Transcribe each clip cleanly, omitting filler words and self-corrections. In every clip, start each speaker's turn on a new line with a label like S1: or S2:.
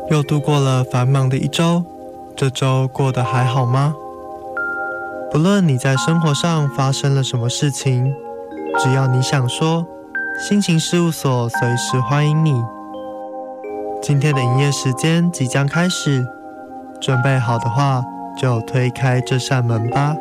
S1: 又度过了繁忙的一周，这周过得还好吗？不论你在生活上发生了什么事情，只要你想说，心情事务所随时欢迎你。今天的营业时间即将开始，准备好的话，就推开这扇门吧。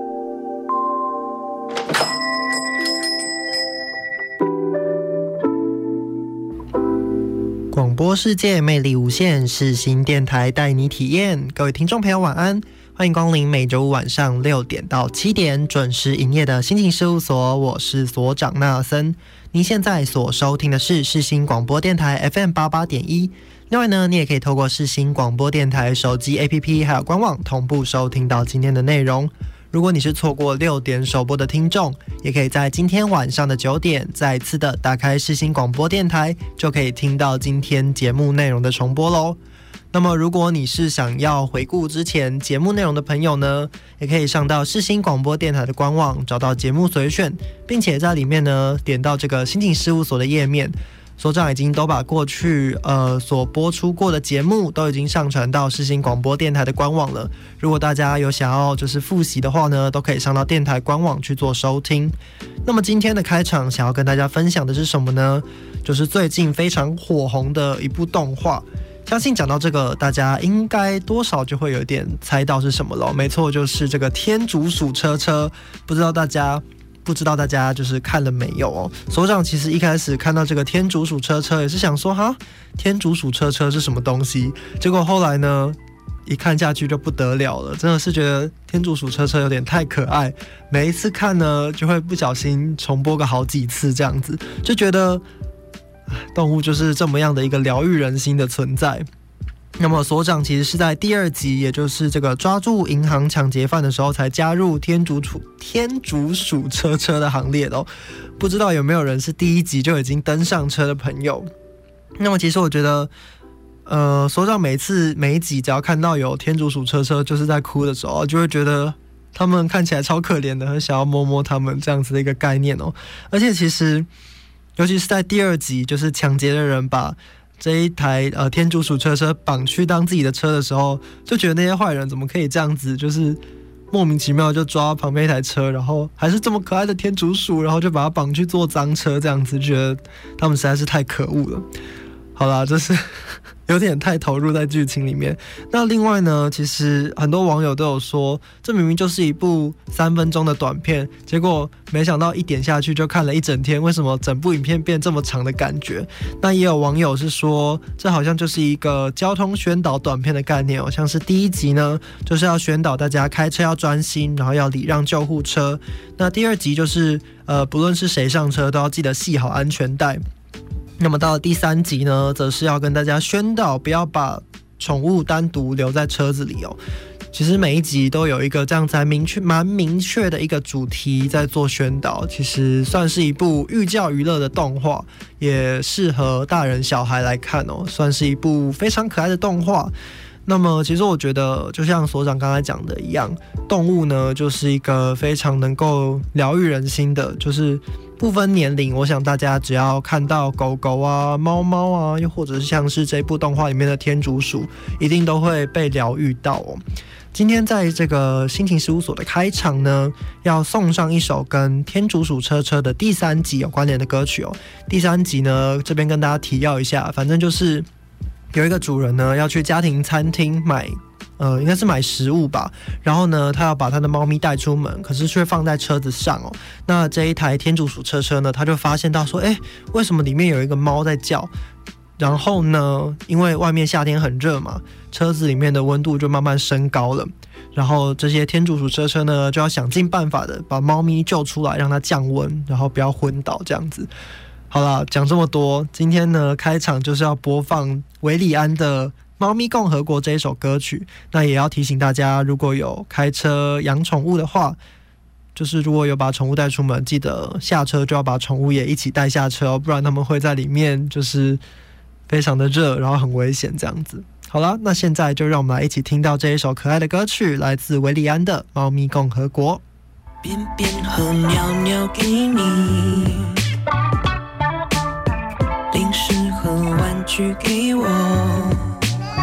S1: 广播世界魅力无限，世新电台带你体验。各位听众朋友晚安，欢迎光临每周五晚上6点到7点准时营业的心情事务所，我是所长纳森。您现在所收听的是世新广播电台 FM88.1。另外呢，你也可以透过世新广播电台手机 APP 还有官网同步收听到今天的内容。如果你是错过6点首播的听众，也可以在今天晚上的9点再次的打开世新广播电台，就可以听到今天节目内容的重播咯。那么如果你是想要回顾之前节目内容的朋友呢，也可以上到世新广播电台的官网，找到节目随选，并且在里面呢点到这个心情事务所的页面。所长已经都把过去所播出过的节目都已经上传到世新广播电台的官网了。如果大家有想要就是复习的话呢，都可以上到电台官网去做收听。那么今天的开场想要跟大家分享的是什么呢？就是最近非常火红的一部动画。相信讲到这个，大家应该多少就会有点猜到是什么了。没错，就是这个天竺鼠车车。不知道大家就是看了没有哦？所长其实一开始看到这个天竺鼠车车也是想说，哈，天竺鼠车车是什么东西？结果后来呢，一看下去就不得了了，真的是觉得天竺鼠车车有点太可爱，每一次看呢就会不小心重播个好几次这样子，就觉得动物就是这么样的一个疗愈人心的存在。那么所长其实是在第2集，也就是这个抓住银行抢劫犯的时候才加入天竺鼠车车的行列的哦。不知道有没有人是第1集就已经登上车的朋友？那么其实我觉得所长每一集只要看到有天竺鼠车车就是在哭的时候，就会觉得他们看起来超可怜的，很想要摸摸他们这样子的一个概念哦。而且其实尤其是在第2集，就是抢劫的人把这一台天竺鼠车车绑去当自己的车的时候，就觉得那些坏人怎么可以这样子，就是莫名其妙就抓旁边一台车，然后还是这么可爱的天竺鼠，然后就把它绑去做赃车这样子，觉得他们实在是太可恶了。好啦，这是有点太投入在剧情里面。那另外呢，其实很多网友都有说，这明明就是一部3分钟的短片，结果没想到一点下去就看了一整天，为什么整部影片变这么长的感觉？那也有网友是说，这好像就是一个交通宣导短片的概念哦，像是第1集呢，就是要宣导大家开车要专心，然后要礼让救护车。那第2集就是不论是谁上车都要记得系好安全带。那么到了第3集呢，则是要跟大家宣导不要把宠物单独留在车子里哦。其实每一集都有一个这样子蛮明确的一个主题在做宣导，其实算是一部寓教于乐的动画，也适合大人小孩来看哦，算是一部非常可爱的动画。那么其实我觉得就像所长刚才讲的一样，动物呢就是一个非常能够疗愈人心的，就是不分年龄，我想大家只要看到狗狗啊、猫猫啊，又或者是像是这部动画里面的天竺鼠，一定都会被疗愈到哦。今天在这个心情事务所的开场呢，要送上一首跟天竺鼠车车的第3集有关联的歌曲哦。第3集呢，这边跟大家提要一下，反正就是有一个主人呢要去家庭餐厅买应该是买食物吧，然后呢他要把他的猫咪带出门，可是却放在车子上哦。那这一台天竺鼠车车呢，他就发现到说，为什么里面有一个猫在叫？然后呢，因为外面夏天很热嘛，车子里面的温度就慢慢升高了，然后这些天竺鼠车车呢就要想尽办法的把猫咪救出来，让它降温，然后不要昏倒这样子。好啦，讲这么多，今天呢开场就是要播放韦礼安的《猫咪共和国》这一首歌曲。那也要提醒大家，如果有开车养宠物的话，就是如果有把宠物带出门，记得下车就要把宠物也一起带下车哦，不然他们会在里面就是非常的热，然后很危险这样子。好了，那现在就让我们来一起听到这一首可爱的歌曲，来自韦礼安的《猫咪共和国》。
S2: 便便和尿尿给你，零食和玩具给我，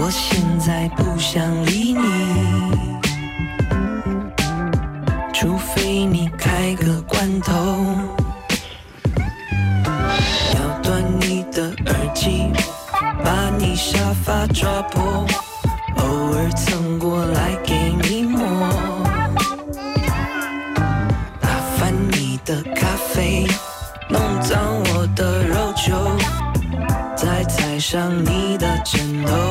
S2: 我现在不想理你，除非你开个罐头，咬断你的耳机，把你沙发抓破，偶尔蹭过来给你摸，打翻你的咖啡，弄脏我的肉球，再踩上你的枕头。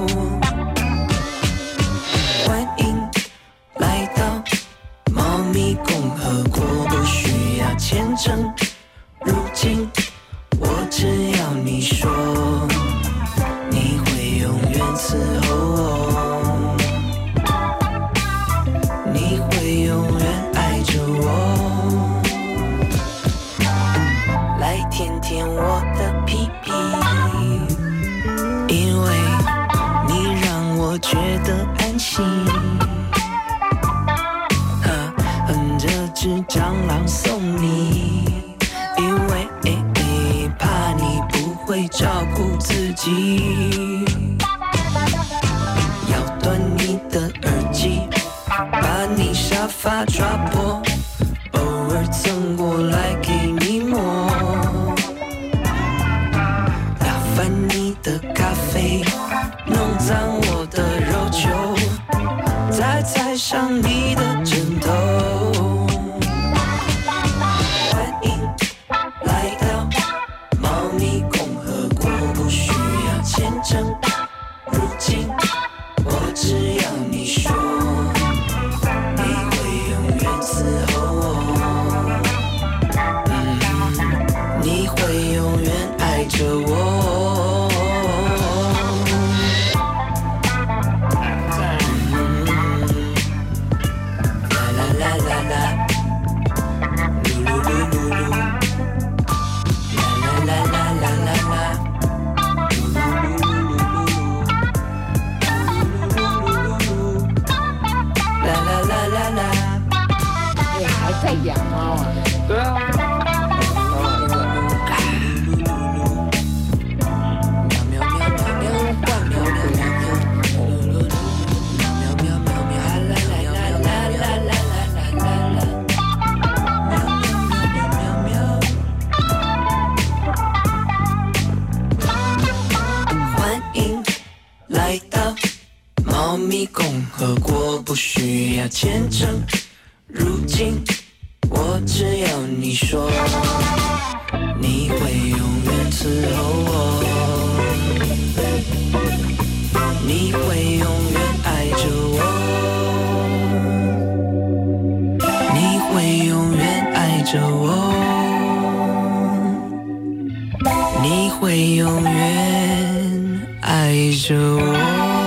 S2: 欢迎来到猫咪共和国，不需要签证入境，我只要你说你会永远伺候我，你会永远爱着我，来舔舔我的屁屁，因为你让我觉得安心，哼着只蟑螂送你，因为怕你不会照顾自己，咬断你的耳机，把你沙发抓破，偶尔蹭过来给你摸，打翻你的咖啡，弄脏我的肉球，再踩上你的枕头。欢迎来到猫咪共和国，不需要签证入境，我只要你说你会永远伺候我，你会永远爱着我，啦啦啦啦啦，噜噜噜噜噜，啦啦啦啦啦啦，噜噜噜噜噜噜，啦啦啦啦啦。
S3: 你还在养猫啊？
S4: 对啊。
S2: 来到猫咪共和国，不需要签证入境，我只要你说你会永远伺候我，你会永远爱着我，你会永远爱着我，你会永远爱着我。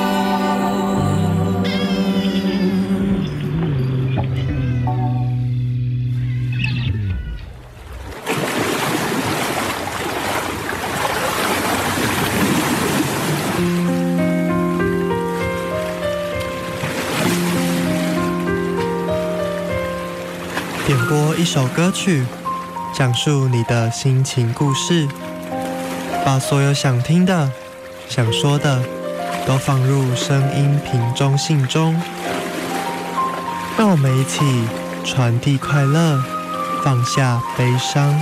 S1: 点播一首歌曲，讲述你的心情故事，把所有想听的、想说的都放入声音瓶中信中，让我们一起传递快乐，放下悲伤。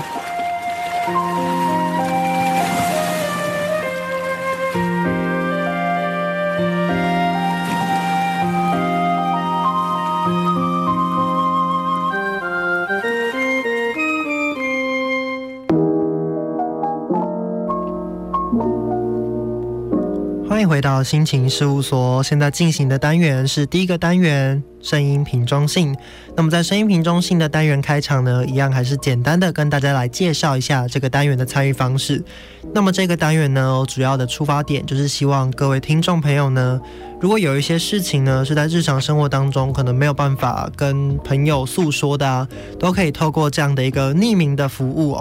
S1: 欢迎回到心情事务所，现在进行的单元是第一个单元声音瓶中信。那么在声音瓶中信的单元开场呢，一样还是简单的跟大家来介绍一下这个单元的参与方式。那么这个单元呢，主要的出发点就是希望各位听众朋友呢，如果有一些事情呢是在日常生活当中可能没有办法跟朋友诉说的啊，都可以透过这样的一个匿名的服务哦，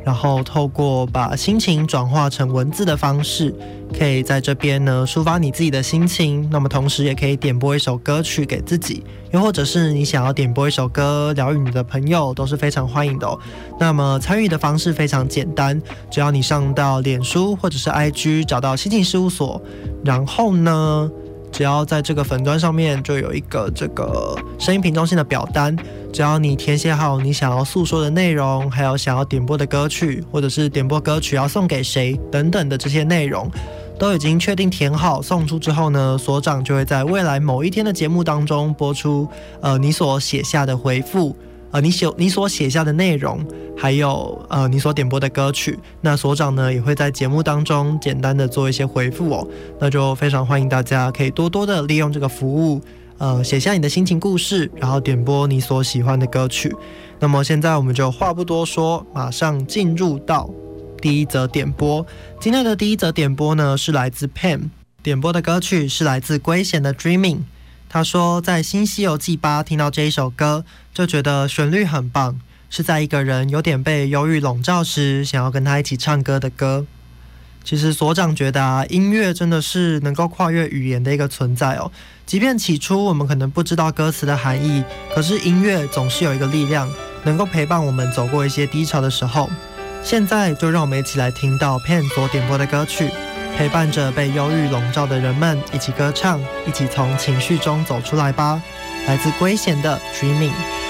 S1: 然后透过把心情转化成文字的方式，可以在这边呢抒发你自己的心情。那么同时也可以点播一首歌曲给自己，又或者是你想要点播一首歌疗愈你的朋友，都是非常欢迎的哦。那么参与的方式非常简单，只要你上到脸书或者是 IG 找到心情事务所，然后呢只要在这个粉专上面就有一个这个声音瓶中心的表单，只要你填写好你想要诉说的内容，还有想要点播的歌曲，或者是点播歌曲要送给谁等等的这些内容，都已经确定填好送出之后呢，所长就会在未来某一天的节目当中播出你所写下的回复，你所写下的内容，还有你所点播的歌曲，那所长呢也会在节目当中简单的做一些回复哦。那就非常欢迎大家可以多多的利用这个服务，写下你的心情故事，然后点播你所喜欢的歌曲。那么现在我们就话不多说，马上进入到第一则点播。今天的第一则点播呢是来自 Pam 点播的歌曲，是来自圭贤的 Dreaming。他说在新西游记8听到这一首歌，就觉得旋律很棒，是在一个人有点被忧郁笼罩时，想要跟他一起唱歌的歌。其实所长觉得音乐真的是能够跨越语言的一个存在哦。即便起初我们可能不知道歌词的含义，可是音乐总是有一个力量，能够陪伴我们走过一些低潮的时候。现在就让我们一起来听到 Pen 所点播的歌曲，陪伴着被忧郁笼罩的人们一起歌唱，一起从情绪中走出来吧。来自圭贤的 Dreaming。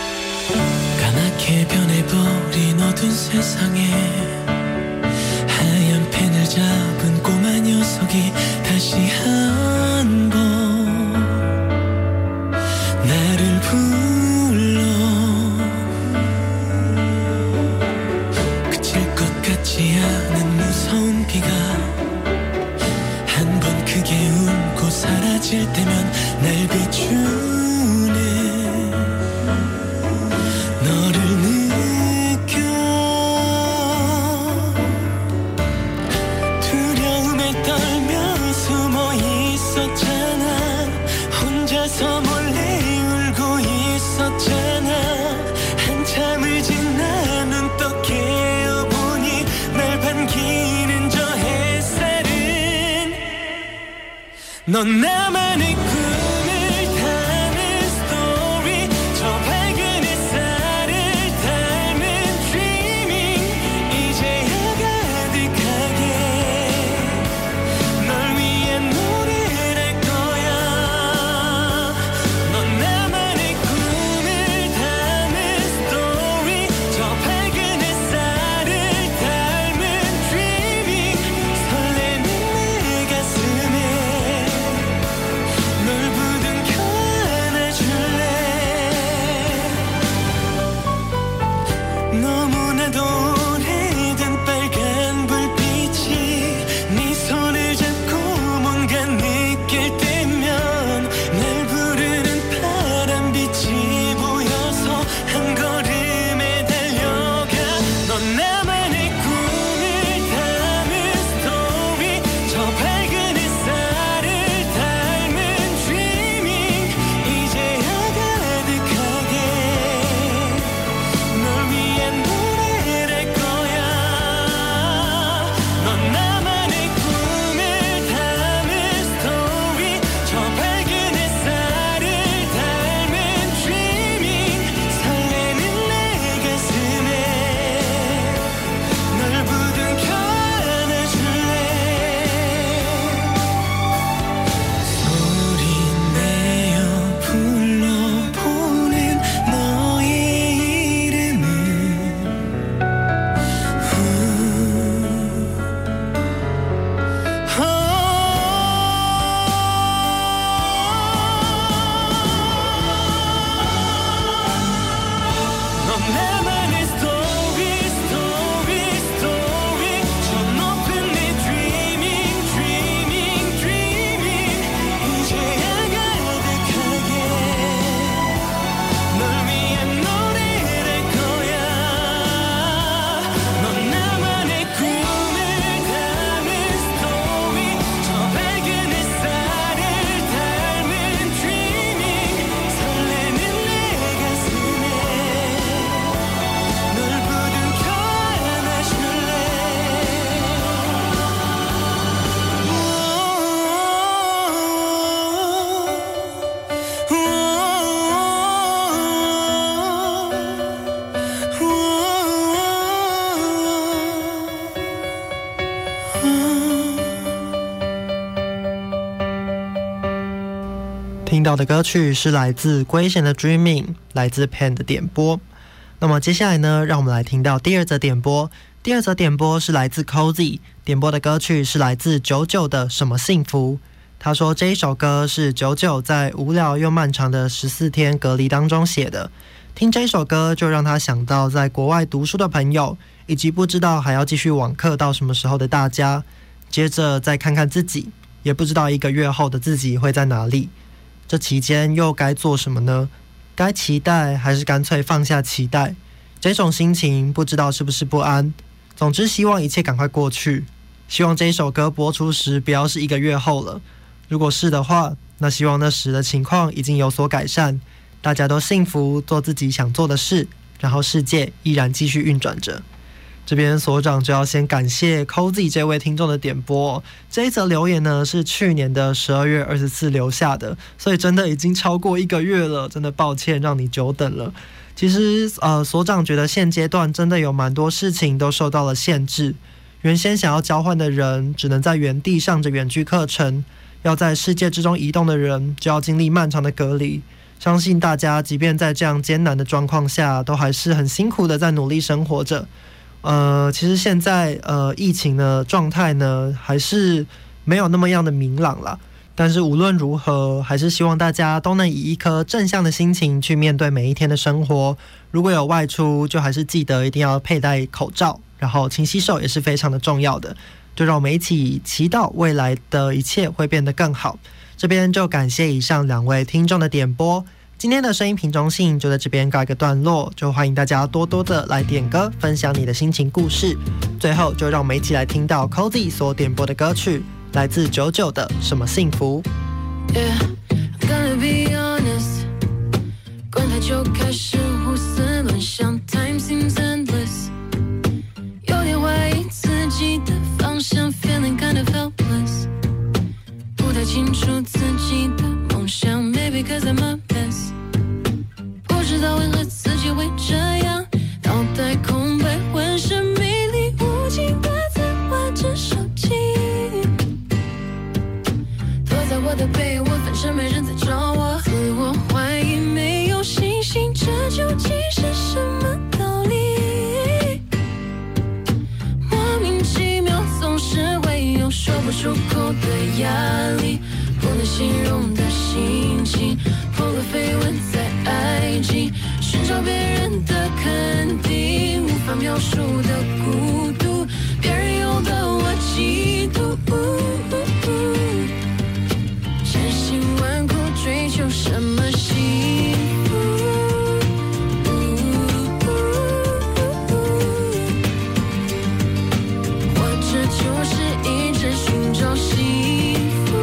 S2: 까맣게 변해버린 어두운 세상에 하얀 펜을 잡은 꼬마 녀석이 다시 한번 나를 불러 그칠 것 같지 않은 무서운 비가 한 번 크게 울고 사라질 때면 날 비추네. 너를 느껴 두려움에 떨며 숨어 있었잖아. 혼자서 몰래 울고 있었잖아. 한참을 지나 눈 떠 깨어보니 날 반기는 저 햇살은 넌 나만의 꿈을 타는 스토리, 저 밝은 햇살을 닮은 dreaming, 이제야 가득하게 널 위해 노래를 할 거야. 넌 나만의 꿈을 타는 스토리, 저 밝은 햇살을 닮은 dreaming, 설레는 내 가슴에 널
S1: 听到的歌曲是来自龟贤的 Dreaming， 来自 Pan 的点播。那么接下来呢，让我们来听到第二则点播。第二则点播是来自 Cozy， 点播的歌曲是来自99的什么幸福。他说这一首歌是99在无聊又漫长的14天隔离当中写的。听这首歌就让他想到在国外读书的朋友，以及不知道还要继续网课到什么时候的大家。接着再看看自己，也不知道1个月后的自己会在哪里。这期间又该做什么呢？该期待还是干脆放下期待？这种心情不知道是不是不安。总之希望一切赶快过去，希望这一首歌播出时不要是1个月后了。如果是的话，那希望那时的情况已经有所改善，大家都幸福，做自己想做的事，然后世界依然继续运转着。这边所长就要先感谢 Cozy 这位听众的点播。这一则留言呢是去年的12月24留下的，所以真的已经超过1个月了，真的抱歉让你久等了。其实所长觉得现阶段真的有蛮多事情都受到了限制，原先想要交换的人只能在原地上着远距课程，要在世界之中移动的人就要经历漫长的隔离。相信大家即便在这样艰难的状况下，都还是很辛苦的在努力生活着。其实现在疫情的状态呢还是没有那么样的明朗啦，但是无论如何还是希望大家都能以一颗正向的心情去面对每一天的生活。如果有外出，就还是记得一定要佩戴口罩，然后勤洗手也是非常的重要的。就让我们一起祈祷未来的一切会变得更好。这边就感谢以上2位听众的点播。今天的声音瓶中信就在这边告一个段落，就欢迎大家多多的来点歌，分享你的心情故事。最后就让我们一起来听到 Cozy 所点播的歌曲，来自99的什么幸福。
S4: Yeah, I'm gonna be honest， 关太久开始胡思乱想， Time seems endless， 有点怀疑自己的方向， Feeling kind of helpless， 不太清楚自己的梦想， Maybe cause I'm a mess， 不知道为何自己会这样，脑袋空白，浑身迷离，无尽的在玩着手机，躲在我的被窝，反正没人在找我，自我怀疑，没有信心，这究竟是什么道理？莫名其妙，总是会有说不出口的压力，不能形容的心情，破了绯闻在 IG， 寻找别人的肯定，无法描述的孤独，别人有的我嫉妒，千辛万苦追求什么幸福，或者就是一直寻找幸福。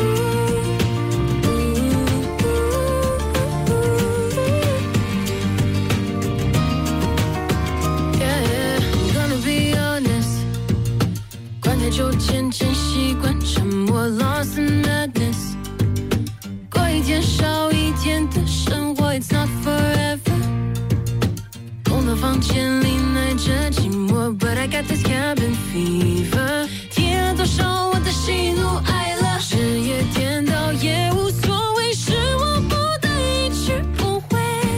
S4: 就渐渐习惯沉默 ，lost in madness。过一天少一天的生活 ，It's not forever。空的房间里耐着寂寞 ，But I got this cabin fever。体验了多少我的喜怒哀乐，日夜颠倒也无所谓，是我不得已去不回。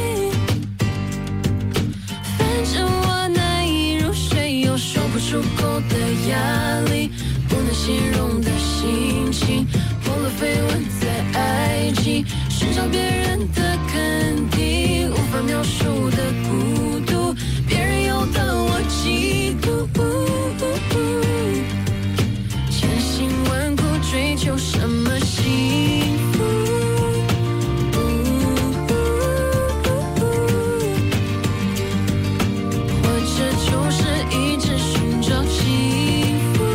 S4: 反正我难以入睡，有说不出口的压力。不能形容的心情，破了绯闻在 IG， 寻找别人的肯定，无法描述的孤独，别人有的我嫉妒，千辛万苦追求什么幸福，或者就是一直寻找幸福。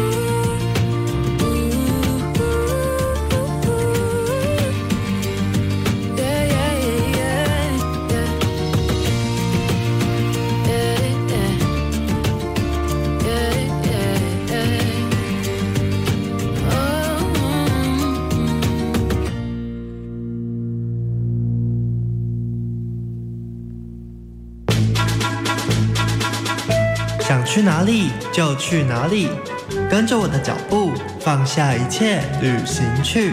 S1: 想去哪里就去哪里， 跟着我的脚步，放下一切，旅行去。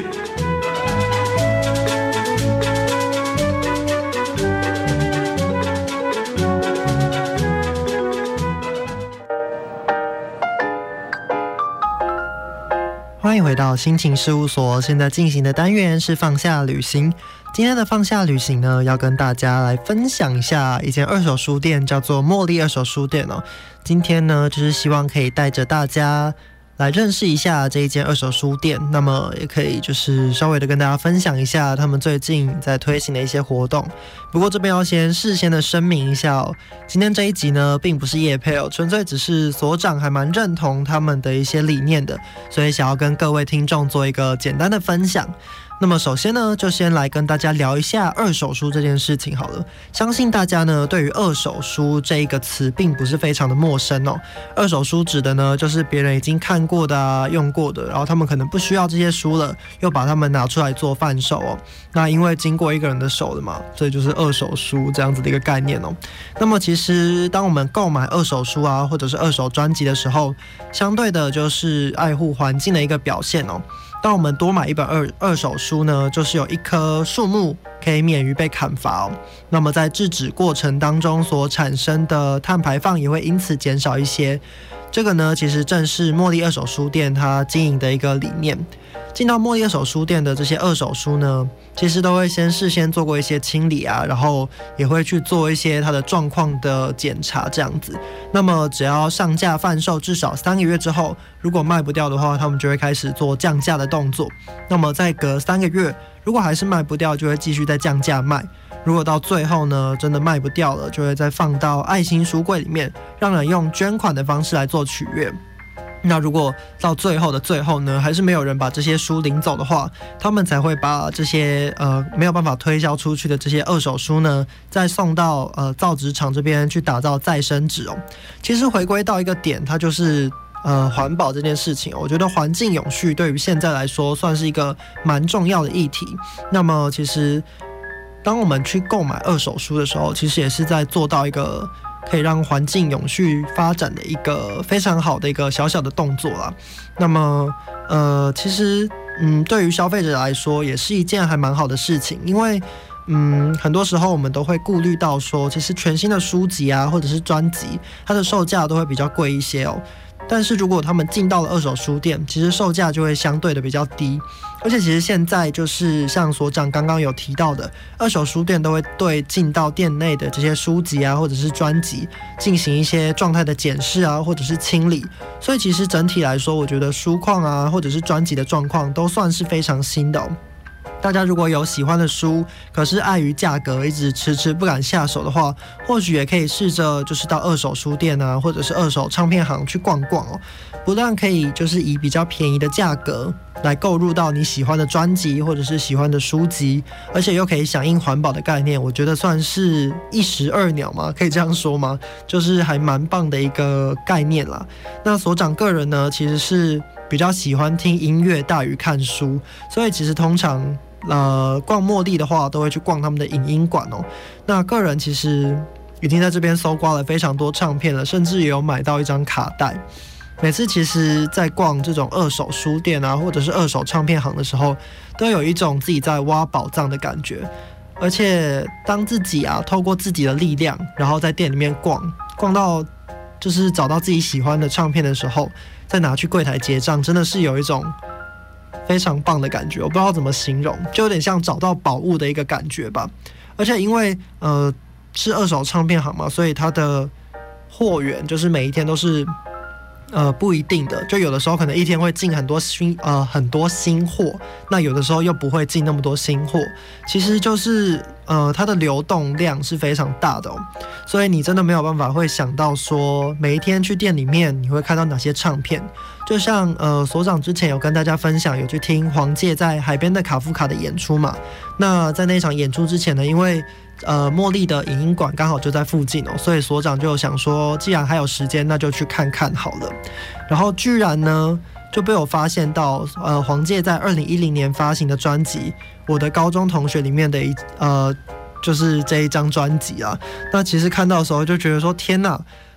S1: 欢迎回到心情事务所，现在进行的单元是放下旅行。今天的放下旅行呢，要跟大家来分享一下一间二手书店，叫做茉莉二手书店哦。今天呢，就是希望可以带着大家来认识一下这一间二手书店，那么也可以就是稍微的跟大家分享一下他们最近在推行的一些活动。不过这边要先事先的声明一下哦，今天这一集呢并不是业配哦，纯粹只是所长还蛮认同他们的一些理念的，所以想要跟各位听众做一个简单的分享。那么首先呢，就先来跟大家聊一下二手书这件事情好了。相信大家呢对于二手书这一个词并不是非常的陌生哦。二手书指的呢就是别人已经看过的啊、用过的，然后他们可能不需要这些书了，又把它们拿出来做贩售哦。那因为经过一个人的手的嘛，所以就是二手书这样子的一个概念哦。那么其实当我们购买二手书啊，或者是二手专辑的时候，相对的就是爱护环境的一个表现哦。当我们多买一本二手书呢，就是有一棵树木可以免于被砍伐哦。那么在制纸过程当中所产生的碳排放也会因此减少一些。这个呢，其实正是茉莉二手书店它经营的一个理念。进到茉莉二手书店的这些二手书呢，其实都会事先做过一些清理啊，然后也会去做一些它的状况的检查这样子。那么只要上架贩售至少3个月之后，如果卖不掉的话，他们就会开始做降价的动作。那么再隔3个月，如果还是卖不掉，就会继续再降价卖。如果到最后呢，真的卖不掉了，就会再放到爱心书柜里面，让人用捐款的方式来做取悦。那如果到最后的最后呢，还是没有人把这些书领走的话，他们才会把这些没有办法推销出去的这些二手书呢，再送到造纸厂这边去打造再生纸哦。其实回归到一个点，它就是环保这件事情，我觉得环境永续对于现在来说算是一个蛮重要的议题。那么其实当我们去购买二手书的时候，其实也是在做到一个可以让环境永续发展的一个非常好的一个小小的动作啦。那么其实对于消费者来说也是一件还蛮好的事情，因为很多时候我们都会顾虑到说，其实全新的书籍啊或者是专辑，它的售价都会比较贵一些哦。但是如果他们进到了二手书店，其实售价就会相对的比较低。而且其实现在就是像所长刚刚有提到的，二手书店都会对进到店内的这些书籍啊或者是专辑进行一些状态的检视啊或者是清理，所以其实整体来说，我觉得书况啊或者是专辑的状况都算是非常新的哦。大家如果有喜欢的书，可是碍于价格一直迟迟不敢下手的话，或许也可以试着就是到二手书店啊，或者是二手唱片行去逛逛哦。不但可以就是以比较便宜的价格来购入到你喜欢的专辑或者是喜欢的书籍，而且又可以响应环保的概念，我觉得算是一石二鸟嘛，可以这样说吗？就是还蛮棒的一个概念啦。那所长个人呢，其实是比较喜欢听音乐大于看书，所以其实通常逛茉莉的话，都会去逛他们的影音馆哦。那个人其实已经在这边搜刮了非常多唱片了，甚至也有买到一张卡带。每次其实在逛这种二手书店啊，或者是二手唱片行的时候，都有一种自己在挖宝藏的感觉。而且当自己透过自己的力量，然后在店里面逛到就是找到自己喜欢的唱片的时候，再拿去柜台结账，真的是有一种非常棒的感觉，我不知道怎么形容，就有点像找到宝物的一个感觉吧。而且因为是二手唱片行嘛，所以它的货源就是每一天都是不一定的，就有的时候可能一天会进很多新货，那有的时候又不会进那么多新货，其实就是它的流动量是非常大的哦，所以你真的没有办法会想到说每一天去店里面你会看到哪些唱片。就像所长之前有跟大家分享，有去听黄玠在海边的卡夫卡的演出嘛。那在那场演出之前呢，因为茉莉的影音馆刚好就在附近哦，所以所长就想说，既然还有时间，那就去看看好了。然后居然呢就被我发现到黄玠在2010年发行的专辑《我的高中同学》里面的就是这一张专辑啊。那其实看到的时候就觉得说，天哪！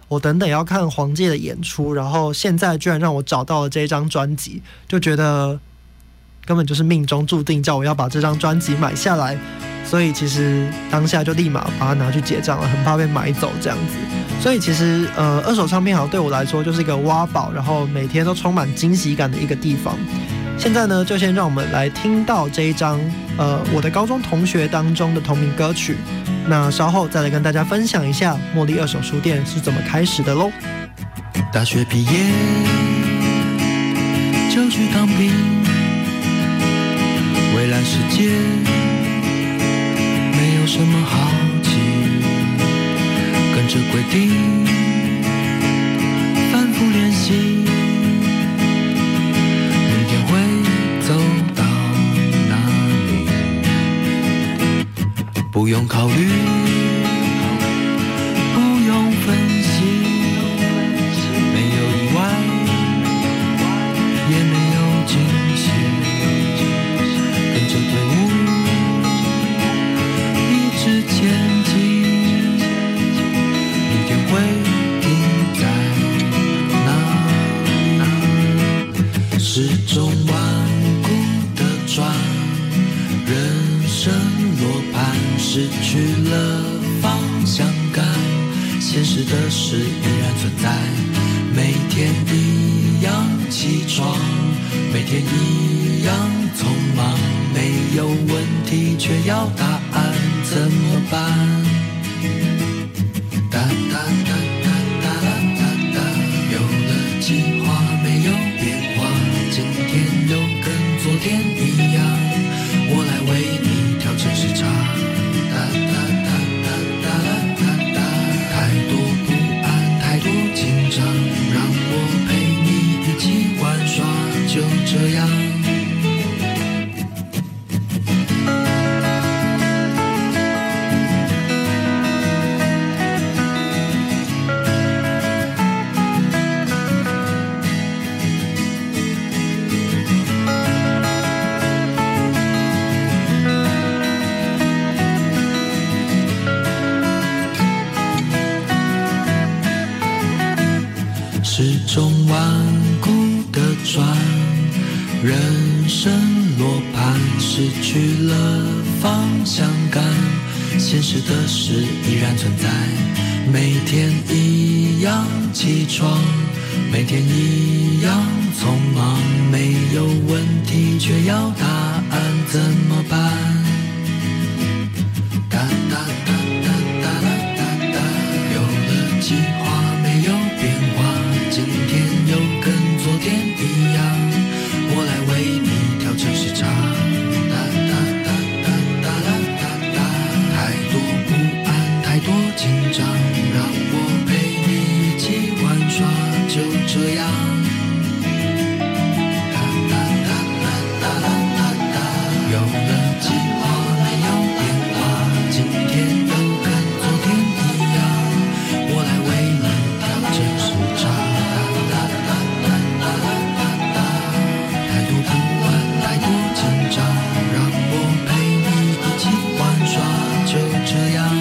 S1: 我等等要看黄玠的演出，然后现在居然让我找到了这张专辑，就觉得根本就是命中注定叫我要把这张专辑买下来，所以其实当下就立马把它拿去结账了，很怕被买走这样子。所以其实二手唱片行对我来说就是一个挖宝，然后每天都充满惊喜感的一个地方。现在呢，就先让我们来听到这一张我的高中同学当中的同名歌曲，那稍后再来跟大家分享一下茉莉二手书店是怎么开始的咯。
S2: 大学毕业就去当兵，未来世界没有什么好奇，跟着规定反复练习，走到哪里不用考虑，不用分析，没有意外，也没有惊喜，跟着队伍一直前进，明天会停在哪里，始终人生落盘，失去了方向感，现实的事依然存在，每天一样起床，每天一样匆忙，没有问题却要答案，怎么办？哒哒哒哒哒哒哒，有了计划没有变化，今天又跟昨天一样，我来为你调整时差，哒哒哒哒哒哒哒，太多不安，太多紧张，让我陪你一起玩耍，就这样。始终顽固的转，人生落盘，失去了方向感，现实的事依然存在，每天一样起床，每天一样匆忙，没有问题却要答案，怎么办？哒哒哒哒哒哒哒，有了计划没有变化，今天又跟昨天一样，我来为你调整时差，哒哒哒哒哒哒哒，太多不安，太多紧张，让我陪你一起玩耍，就这样。哒哒哒哒哒哒哒，有了计划没有变化，今天又跟昨天一样，我来为你调整时差。太多不安，太多紧张，让我陪你一起玩耍，就这样。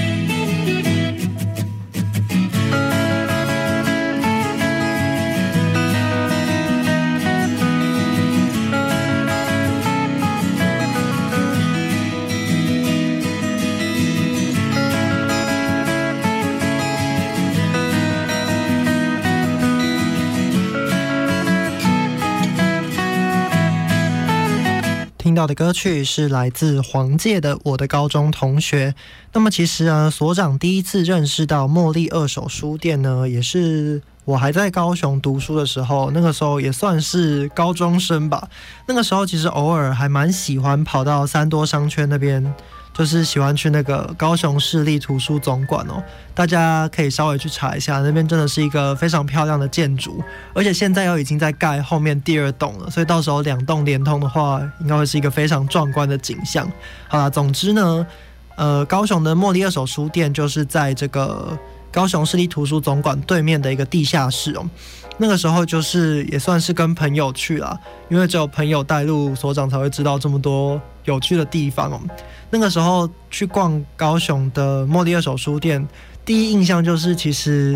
S1: 听到的歌曲是来自黄玠的《我的高中同学》。那么其实呢，所长第一次认识到茉莉二手书店呢，也是我还在高雄读书的时候，那个时候也算是高中生吧。那个时候其实偶尔还蛮喜欢跑到三多商圈那边，就是喜欢去那个高雄市立图书总馆哦，大家可以稍微去查一下，那边真的是一个非常漂亮的建筑，而且现在又已经在盖后面第二栋了，所以到时候两栋连通的话，应该会是一个非常壮观的景象。好啦，总之呢，高雄的茉莉二手书店就是在这个高雄市立图书总馆对面的一个地下室哦。那个时候就是也算是跟朋友去啦，因为只有朋友带路，所长才会知道这么多有趣的地方哦。那个时候去逛高雄的茉莉二手书店，第一印象就是其实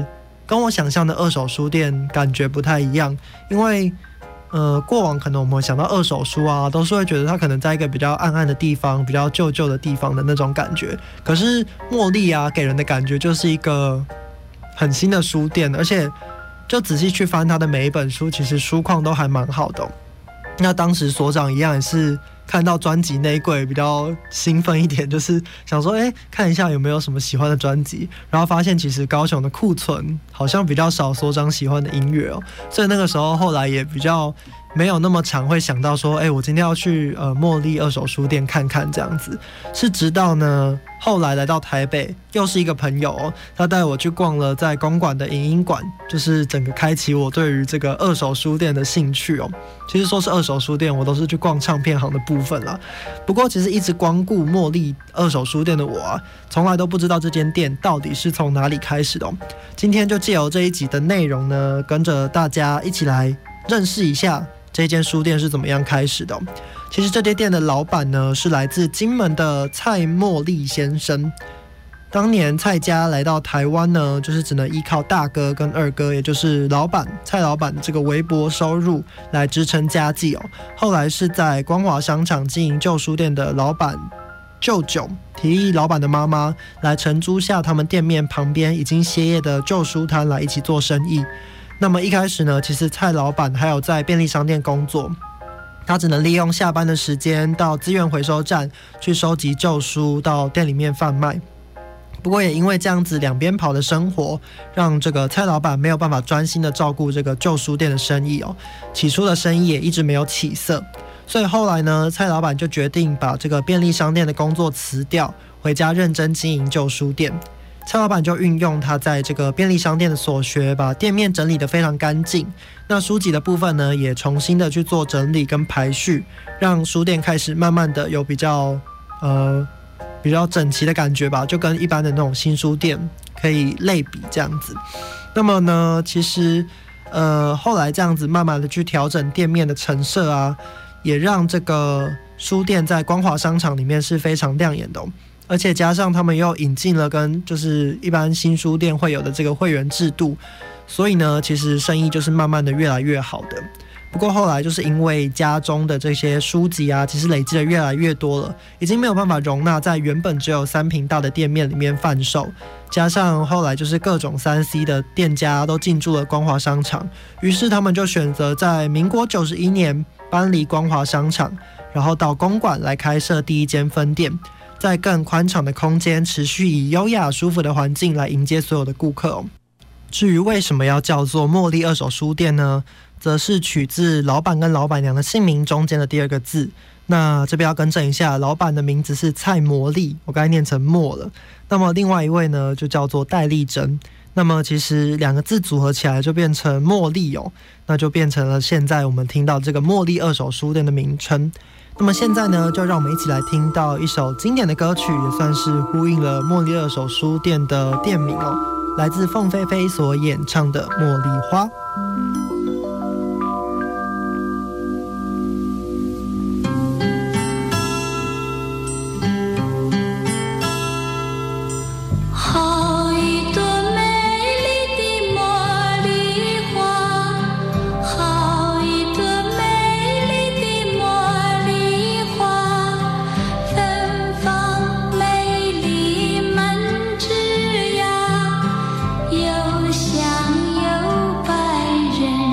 S1: 跟我想象的二手书店感觉不太一样，因为过往可能我们想到二手书啊，都是会觉得它可能在一个比较暗暗的地方，比较旧旧的地方的那种感觉。可是茉莉啊，给人的感觉就是一个很新的书店，而且就仔细去翻它的每一本书，其实书况都还蛮好的。那当时所长一样也是看到专辑那一柜比较兴奋一点，就是想说看一下有没有什么喜欢的专辑，然后发现其实高雄的库存好像比较少所长喜欢的音乐哦，所以那个时候后来也比较没有那么常会想到说我今天要去茉莉二手书店看看这样子。是直到呢后来来到台北，又是一个朋友他带我去逛了在公馆的影音馆，就是整个开启我对于这个二手书店的兴趣哦。其实说是二手书店，我都是去逛唱片行的部分啦。不过其实一直光顾茉莉二手书店的我啊，从来都不知道这间店到底是从哪里开始的哦。今天就借由这一集的内容呢，跟着大家一起来认识一下这间书店是怎么样开始的哦。其实这间店的老板呢，是来自金门的蔡茉莉先生。当年蔡家来到台湾呢，就是只能依靠大哥跟二哥，也就是蔡老板这个微薄收入来支撑家计哦。后来是在光华商场经营旧书店的老板舅舅提议老板的妈妈来承租下他们店面旁边已经歇业的旧书摊来一起做生意。那么一开始呢，其实蔡老板还有在便利商店工作，他只能利用下班的时间到资源回收站去收集旧书，到店里面贩卖。不过也因为这样子两边跑的生活，让这个蔡老板没有办法专心的照顾这个旧书店的生意哦。起初的生意也一直没有起色，所以后来呢，蔡老板就决定把这个便利商店的工作辞掉，回家认真经营旧书店。蔡老板就运用他在这个便利商店的所学，把店面整理得非常干净。那书籍的部分呢，也重新的去做整理跟排序，让书店开始慢慢的有比较整齐的感觉吧，就跟一般的那种新书店可以类比这样子。那么呢，其实后来这样子慢慢的去调整店面的陈设啊，也让这个书店在光华商场里面是非常亮眼的哦。而且加上他们又引进了跟就是一般新书店会有的这个会员制度，所以呢，其实生意就是慢慢的越来越好的。不过后来就是因为家中的这些书籍啊，其实累积的越来越多了，已经没有办法容纳在原本只有3坪大的店面里面贩售。加上后来就是各种3C 的店家都进驻了光华商场，于是他们就选择在民国91年搬离光华商场，然后到公馆来开设第一间分店，在更宽敞的空间持续以优雅舒服的环境来迎接所有的顾客哦。至于为什么要叫做茉莉二手书店呢，则是取自老板跟老板娘的姓名中间的第2个字。那这边要更正一下，老板的名字是蔡茉莉，我刚才念成茉了。那么另外一位呢，就叫做戴丽珍。那么其实2个字组合起来就变成茉莉哦，那就变成了现在我们听到这个茉莉二手书店的名称。那么现在呢，就让我们一起来听到一首经典的歌曲，也算是呼应了茉莉二手书店的店名哦，来自凤飞飞所演唱的《茉莉花》。
S4: 又香又白人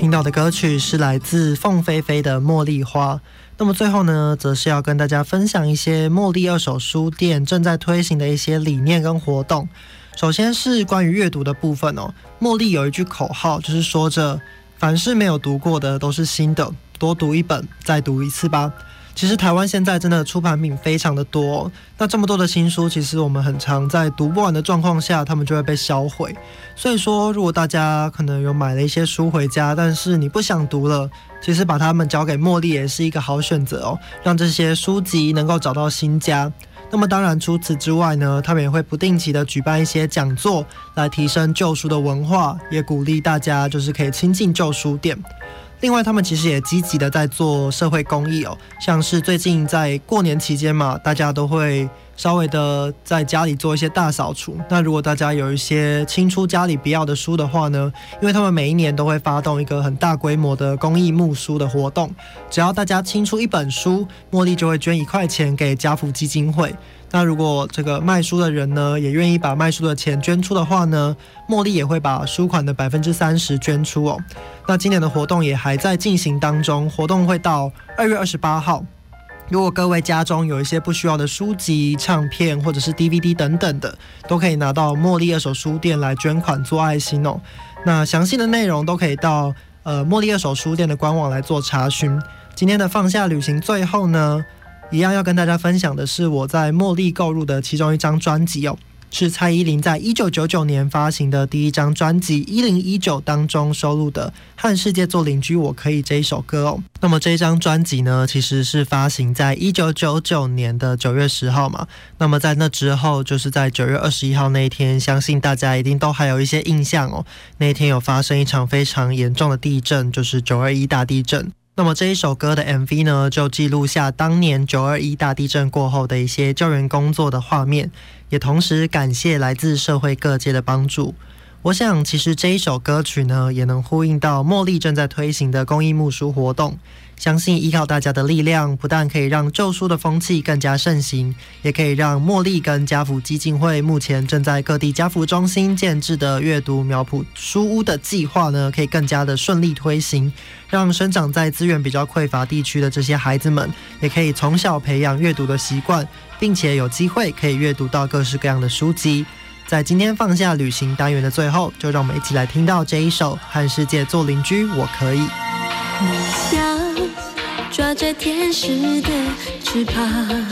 S1: 听到的歌曲是来自凤飞飞的《茉莉花》。那么最后呢，则是要跟大家分享一些茉莉二手书店正在推行的一些理念跟活动。首先是关于阅读的部分哦，茉莉有一句口号，就是说着凡是没有读过的都是新的，多读一本，再读一次吧。其实台湾现在真的出版品非常的多那这么多的新书，其实我们很常在读不完的状况下，他们就会被销毁。所以说，如果大家可能有买了一些书回家，但是你不想读了，其实把它们交给茉莉也是一个好选择哦，让这些书籍能够找到新家。那么当然除此之外呢，他们也会不定期的举办一些讲座，来提升旧书的文化，也鼓励大家就是可以亲近旧书店。另外他们其实也积极的在做社会公益哦，像是最近在过年期间嘛，大家都会稍微的在家里做一些大扫除。那如果大家有一些清出家里不要的书的话呢，因为他们每一年都会发动一个很大规模的公益募书的活动，只要大家清出一本书，茉莉就会捐1块钱给家福基金会。那如果这个卖书的人呢，也愿意把卖书的钱捐出的话呢，茉莉也会把书款的30%捐出哦。那今年的活动也还在进行当中，活动会到2月28号。如果各位家中有一些不需要的书籍、唱片或者是 DVD 等等的，都可以拿到茉莉二手书店来捐款做爱心哦。那详细的内容都可以到茉莉二手书店的官网来做查询。今天的放下旅行最后呢，一样要跟大家分享的是我在茉莉购入的其中一张专辑哦，是蔡依林在1999年发行的第一张专辑1019当中收录的《和世界做邻居我可以》这一首歌哦。那么这张专辑呢，其实是发行在1999年的9月10号嘛。那么在那之后，就是在9月21号那一天，相信大家一定都还有一些印象哦。那一天有发生一场非常严重的地震，就是921大地震。那么这一首歌的 MV 呢，就记录下当年921大地震过后的一些救援工作的画面，也同时感谢来自社会各界的帮助。我想其实这一首歌曲呢，也能呼应到茉莉正在推行的公益募书活动。相信依靠大家的力量，不但可以让旧书的风气更加盛行，也可以让茉莉跟家福基金会目前正在各地家福中心建制的阅读苗圃书屋的计划呢，可以更加的顺利推行，让生长在资源比较匮乏地区的这些孩子们，也可以从小培养阅读的习惯，并且有机会可以阅读到各式各样的书籍。在今天放下旅行单元的最后，就让我们一起来听到这一首《和世界做邻居我可以》。
S4: 你想抓着天使的翅膀，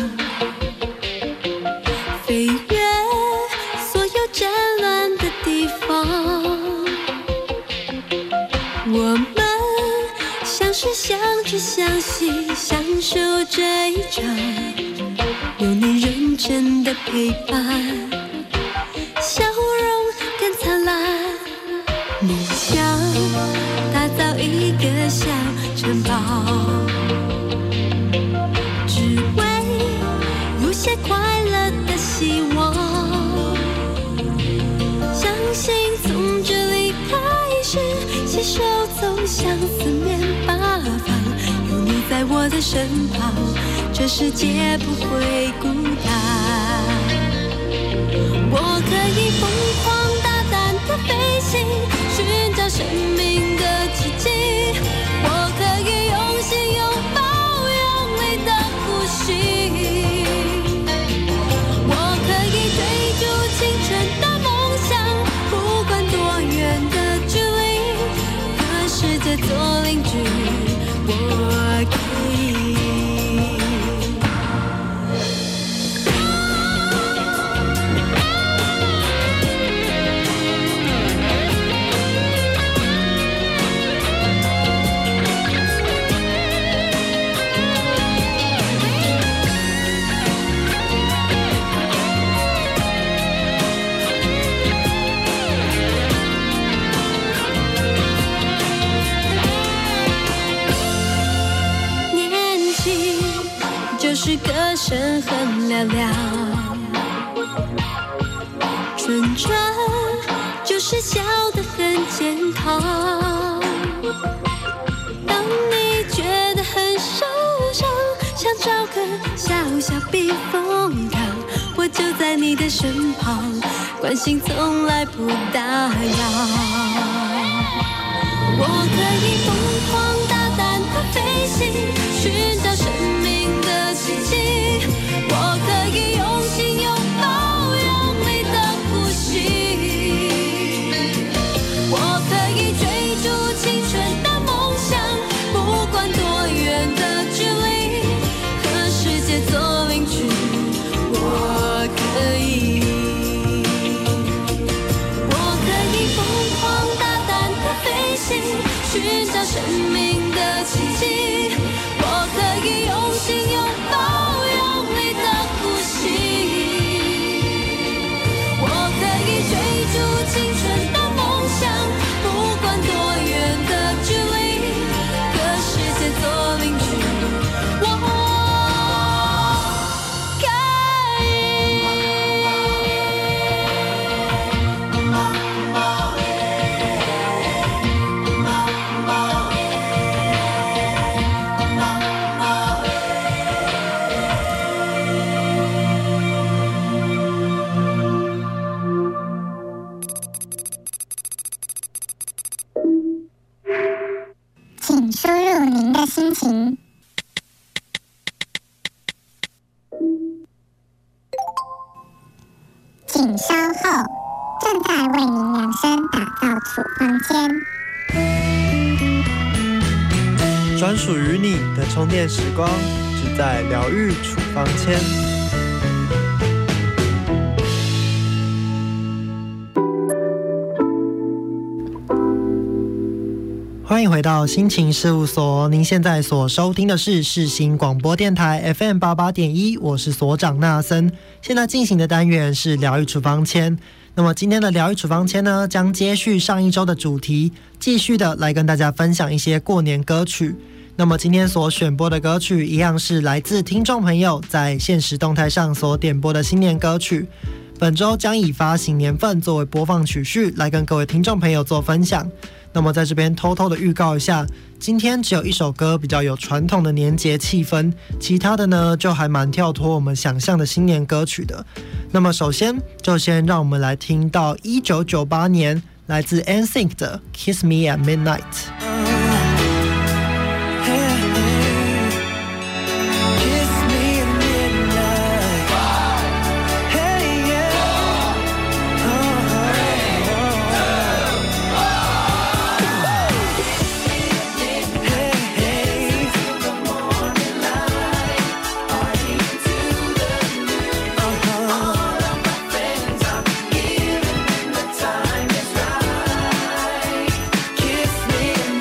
S4: 飞越所有战乱的地方。我们相识相知相惜，享受这一场有你认真的陪伴，笑容更灿烂。梦想打造一个小城堡，只为有些快乐的希望。相信从这里开始，携手走向四面八方。有你在我的身旁，这世界不会孤单。我可以疯狂大胆的飞行，寻找生命的奇迹。我可以用心拥抱用力的呼吸。我可以追逐青春的梦想，不管多远的距离，和世界做邻居，我可以。就是歌声很嘹亮，纯纯就是笑得很健康。当你觉得很受伤，想找个小小避风港，我就在你的身旁，关心从来不打烊。我可以寻找生命的奇迹。我可以用心拥抱用力的呼吸，我可以追逐青春的梦想，不管多远的距离，和世界做邻居。
S5: 请输入您的心情。请稍后，正在为您量身打造处方签，
S1: 专属于你的充电时光，只在疗愈处方签。欢迎回到心情事务所，您现在所收听的是世新广播电台 FM88.1，我是所长纳森。现在进行的单元是疗愈处方签。那么今天的疗愈处方签呢，将接续上一周的主题，继续的来跟大家分享一些过年歌曲。那么今天所选播的歌曲一样是来自听众朋友在限时动态上所点播的新年歌曲。本周将以发行年份作为播放曲序来跟各位听众朋友做分享。那么在这边偷偷的预告一下，今天只有一首歌比较有传统的年节气氛，其他的呢就还蛮跳脱我们想象的新年歌曲的。那么首先就先让我们来听到1998年来自 NSYNC 的 Kiss Me at Midnight。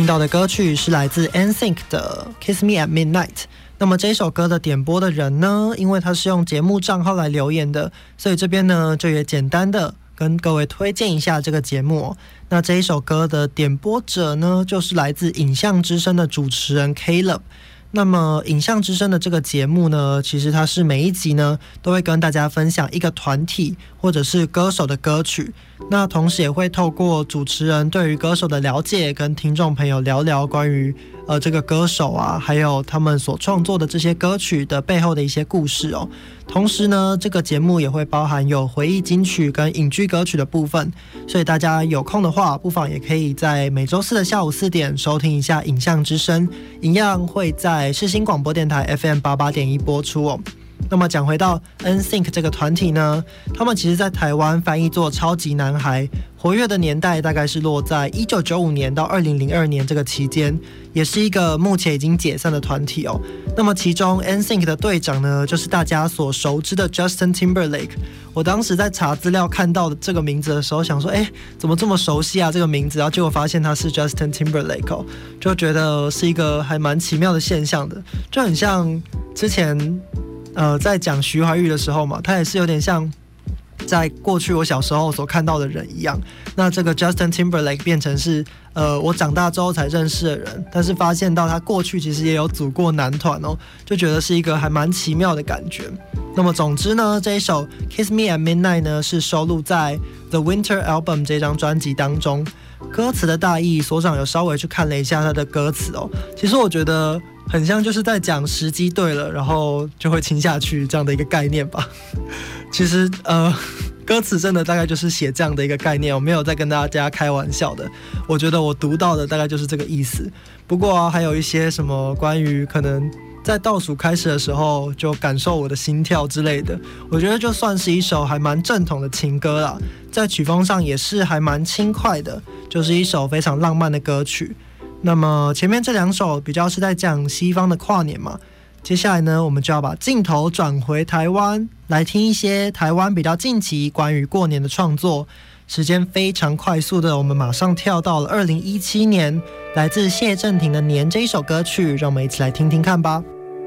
S1: 听到的歌曲是来自 NSYNC 的 Kiss Me at Midnight。那么这一首歌的点播的人呢，因为他是用节目账号来留言的，所以这边呢就也简单的跟各位推荐一下这个节目哦。那这一首歌的点播者呢，就是来自影像之声的主持人 Caleb。那么影像之声的这个节目呢，其实它是每一集呢都会跟大家分享一个团体或者是歌手的歌曲，那同时也会透过主持人对于歌手的了解，跟听众朋友聊聊关于这个歌手啊，还有他们所创作的这些歌曲的背后的一些故事哦。同时呢，这个节目也会包含有回忆金曲跟影剧歌曲的部分，所以大家有空的话，不妨也可以在每周四的下午4点收听一下影像之声，一样会在世新广播电台 FM88.1 播出哦。那么讲回到 NSYNC 这个团体呢，他们其实在台湾翻译作超级男孩，活跃的年代大概是落在1995年到2002年这个期间，也是一个目前已经解散的团体哦。那么其中 NSYNC 的队长呢，就是大家所熟知的 Justin Timberlake。我当时在查资料看到这个名字的时候，想说，怎么这么熟悉啊这个名字？然后结果发现他是 Justin Timberlake 哦，就觉得是一个还蛮奇妙的现象的，就很像之前在讲徐怀钰的时候嘛，他也是有点像在过去我小时候所看到的人一样。那这个 Justin Timberlake 变成是我长大之后才认识的人，但是发现到他过去其实也有组过男团哦，就觉得是一个还蛮奇妙的感觉。那么总之呢，这一首 Kiss Me at Midnight 呢是收录在 The Winter Album 这张专辑当中。歌词的大意，所长有稍微去看了一下他的歌词哦，其实我觉得很像就是在讲时机对了，然后就会亲下去这样的一个概念吧。其实歌词真的大概就是写这样的一个概念，我没有在跟大家开玩笑的。我觉得我读到的大概就是这个意思。不过还有一些什么关于可能在倒数开始的时候就感受我的心跳之类的，我觉得就算是一首还蛮正统的情歌啦，在曲风上也是还蛮轻快的，就是一首非常浪漫的歌曲。那么前面这2首比较是在讲西方的跨年嘛，接下来呢，我们就要把镜头转回台湾，来听一些台湾比较近期关于过年的创作。时间非常快速的，我们马上跳到了2017年，来自谢震廷的《年》这一首歌曲，让我们一起来听听看吧。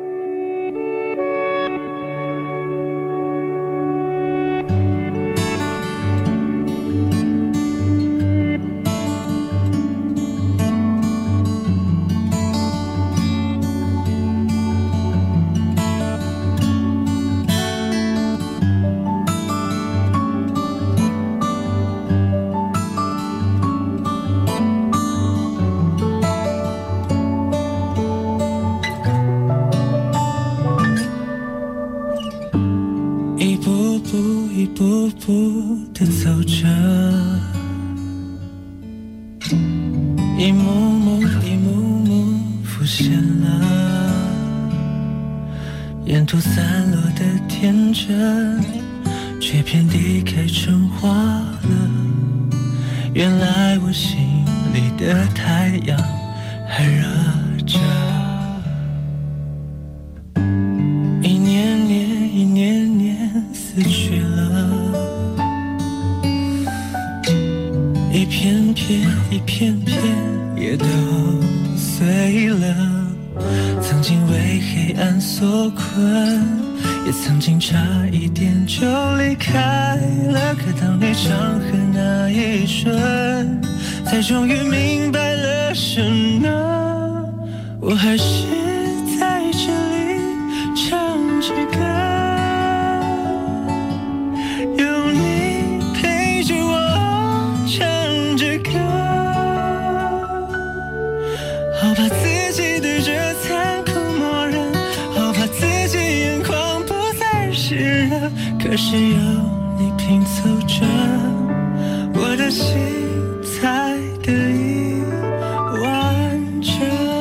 S2: 可是有你拼凑着，我的心才得以完整。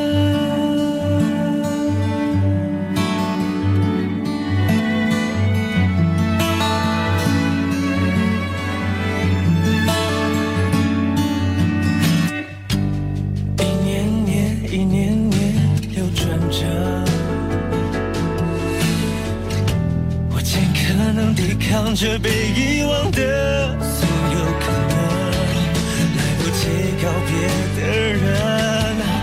S2: 一年年，一年年流转着。可能抵抗着被遗忘的所有可能，来不及告别的人，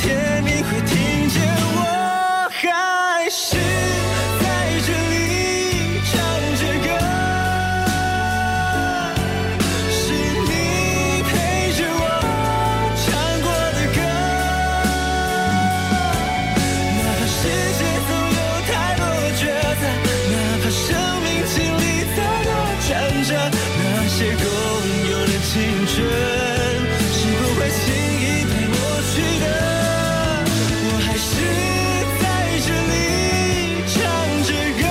S2: 天你会听见我还是在这里唱着歌，是你陪着我唱过的歌。哪怕世界总有太多抉择，哪怕生命经历再多转折，那些共有的青春是不会轻易被抹去的。我还是在这里唱着歌，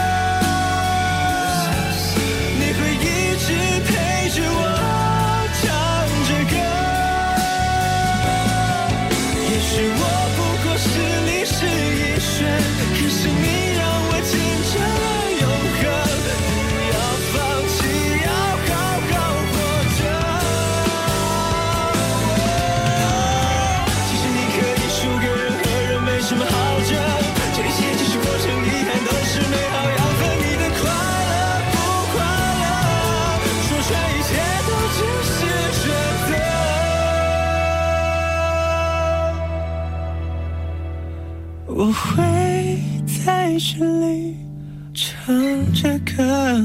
S2: 你会一直陪着我唱着歌。也许我不过是历史一瞬，可是你让我见证了永恒。不要放弃，要好好活着。其实你可以输给任何人，没什么好争。这一切即使过程遗憾，都是美好养分。你的快乐不快乐，说出来一切都只是选择。我会在这里唱着歌，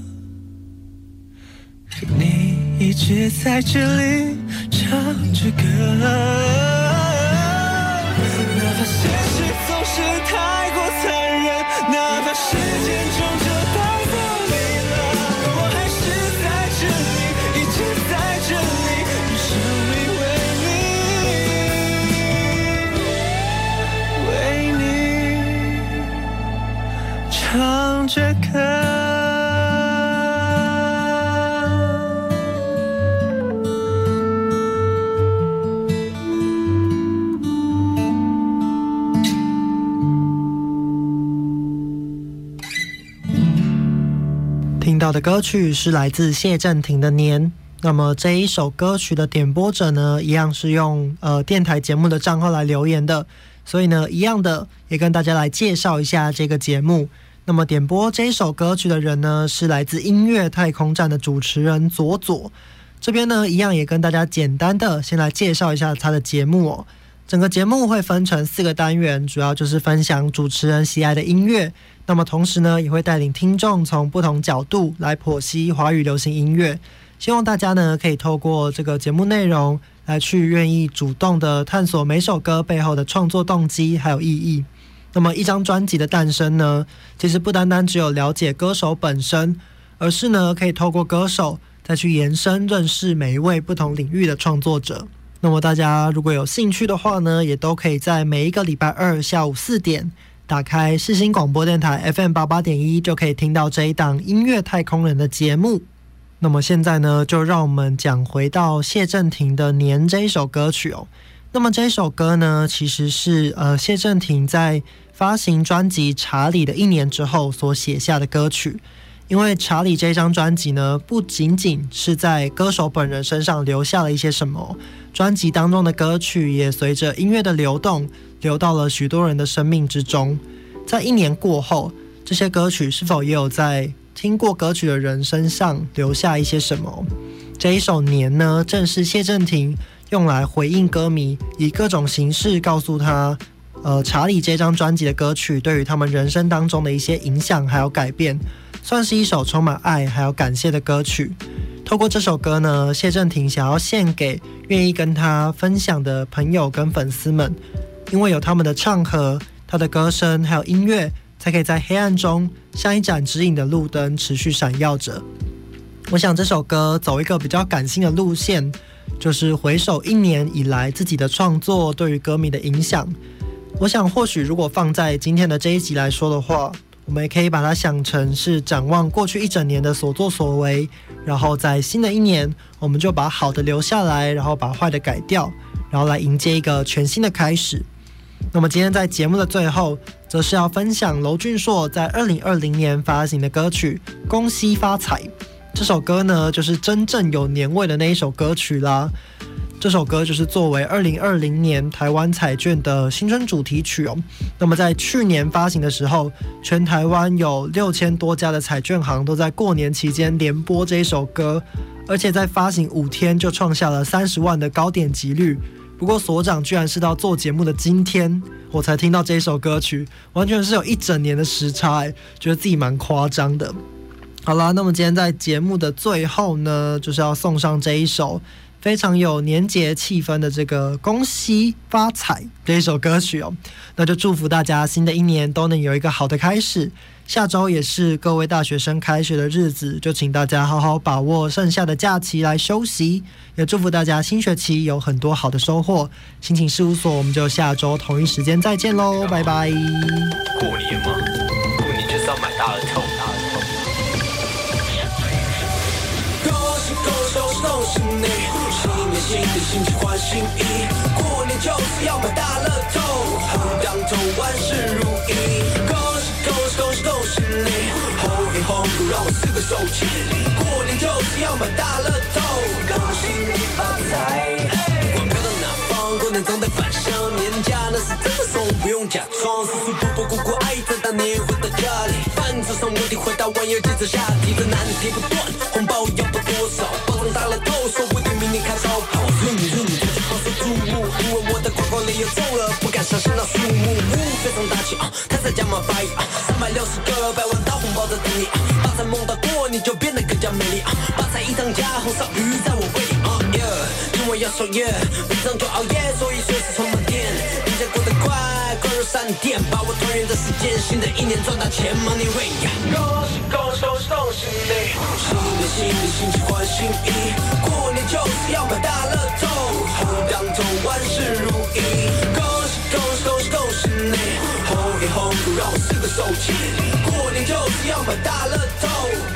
S2: 你一直在这里唱着歌。哪怕现实总是太过残忍，哪怕时间终究带走你了，我还是在这里，一直在这里，用生命为你唱着歌。
S1: 听到的歌曲是来自谢震廷的《年》。那么这一首歌曲的点播者呢，一样是用电台节目的账号来留言的，所以呢，一样的也跟大家来介绍一下这个节目。那么点播这一首歌曲的人呢，是来自音乐太空站的主持人佐佐。这边呢，一样也跟大家简单的先来介绍一下他的节目哦。整个节目会分成4个单元，主要就是分享主持人喜爱的音乐，那么同时呢，也会带领听众从不同角度来剖析华语流行音乐。希望大家呢，可以透过这个节目内容来去愿意主动的探索每首歌背后的创作动机还有意义。那么一张专辑的诞生呢，其实不单单只有了解歌手本身，而是呢，可以透过歌手再去延伸认识每一位不同领域的创作者。那么大家如果有兴趣的话呢，也都可以在每一个礼拜二下午4点打开世新广播电台 FM88.1， 就可以听到这一档音乐太空人的节目。那么现在呢，就让我们讲回到谢震廷的《年》这一首歌曲哦。那么这一首歌呢，其实是谢震廷在发行专辑《查理》的1年之后所写下的歌曲。因为《查理》这张专辑呢，不仅仅是在歌手本人身上留下了一些什么，专辑当中的歌曲也随着音乐的流动，流到了许多人的生命之中。在1年过后，这些歌曲是否也有在听过歌曲的人身上留下一些什么？这一首《年》呢，正是谢震廷用来回应歌迷，以各种形式告诉他查理这张专辑的歌曲对于他们人生当中的一些影响还有改变，算是一首充满爱还有感谢的歌曲。透过这首歌呢，谢震廷想要献给愿意跟他分享的朋友跟粉丝们，因为有他们的唱和，他的歌声还有音乐，才可以在黑暗中像一盏指引的路灯持续闪耀着。我想这首歌走一个比较感性的路线，就是回首1年以来自己的创作对于歌迷的影响。我想或许如果放在今天的这一集来说的话，我们也可以把它想成是展望过去1整年的所作所为，然后在新的1年，我们就把好的留下来，然后把坏的改掉，然后来迎接一个全新的开始。那么今天在节目的最后，则是要分享娄俊硕在2020年发行的歌曲《恭喜发财》。这首歌呢，就是真正有年味的那一首歌曲啦。这首歌就是作为2020年台湾彩券的新春主题曲哦。那么在去年发行的时候，全台湾有6000多家的彩券行都在过年期间连播这一首歌，而且在发行5天就创下了30万的高点击率。不不过所长居然是到做节目的今天我才听到这一首歌曲，完全是有一整年的时差，觉得自己蛮夸张的。好啦，那么今天在节目的最后呢，就是要送上这一首非常有年节气氛的这个恭喜发财这一首歌曲哦。那就祝福大家新的一年都能有一个好的开始，下周也是各位大学生开学的日子，就请大家好好把握剩下的假期来休息，也祝福大家新学期有很多好的收获。心情事务所我们就下周同一时间再见咯，拜拜。
S6: 过年嘛，过年就是要买大乐透。
S2: 恭喜你，新年新的心情换新意，过年就是要买大乐透，横当头万事如意。恭喜恭喜恭喜恭喜你，吼一吼鼓让我四个手气，过年就是要买大乐透，恭喜你发财。不管飘到哪方，过年总得返乡，年假那是真的送，不用假装。叔叔伯伯姑姑阿姨在大年回到家里，饭桌上问题回答完又接着下题，这难题不断，红包要包多少？大乐透，说不定明年开超跑。好说注目，因为我的刮刮乐又中了，不敢相信那数目。非常大气他在加码白360个100万大红包在等你发财梦到过你就变得更加美丽发财一当家，红烧鱼在我胃里因为要守夜，晚上就熬夜，所以随时充满电。年假过得快，快如闪电，把握团圆的时间，新的一年赚大钱 ，Money Rain。恭喜恭喜恭喜恭喜你，新的心情换新意，过年就是要买大乐透，横当头万事如意。恭喜恭喜恭喜恭喜你，吼一吼鼓让我四个手气，过年就是要买大乐透。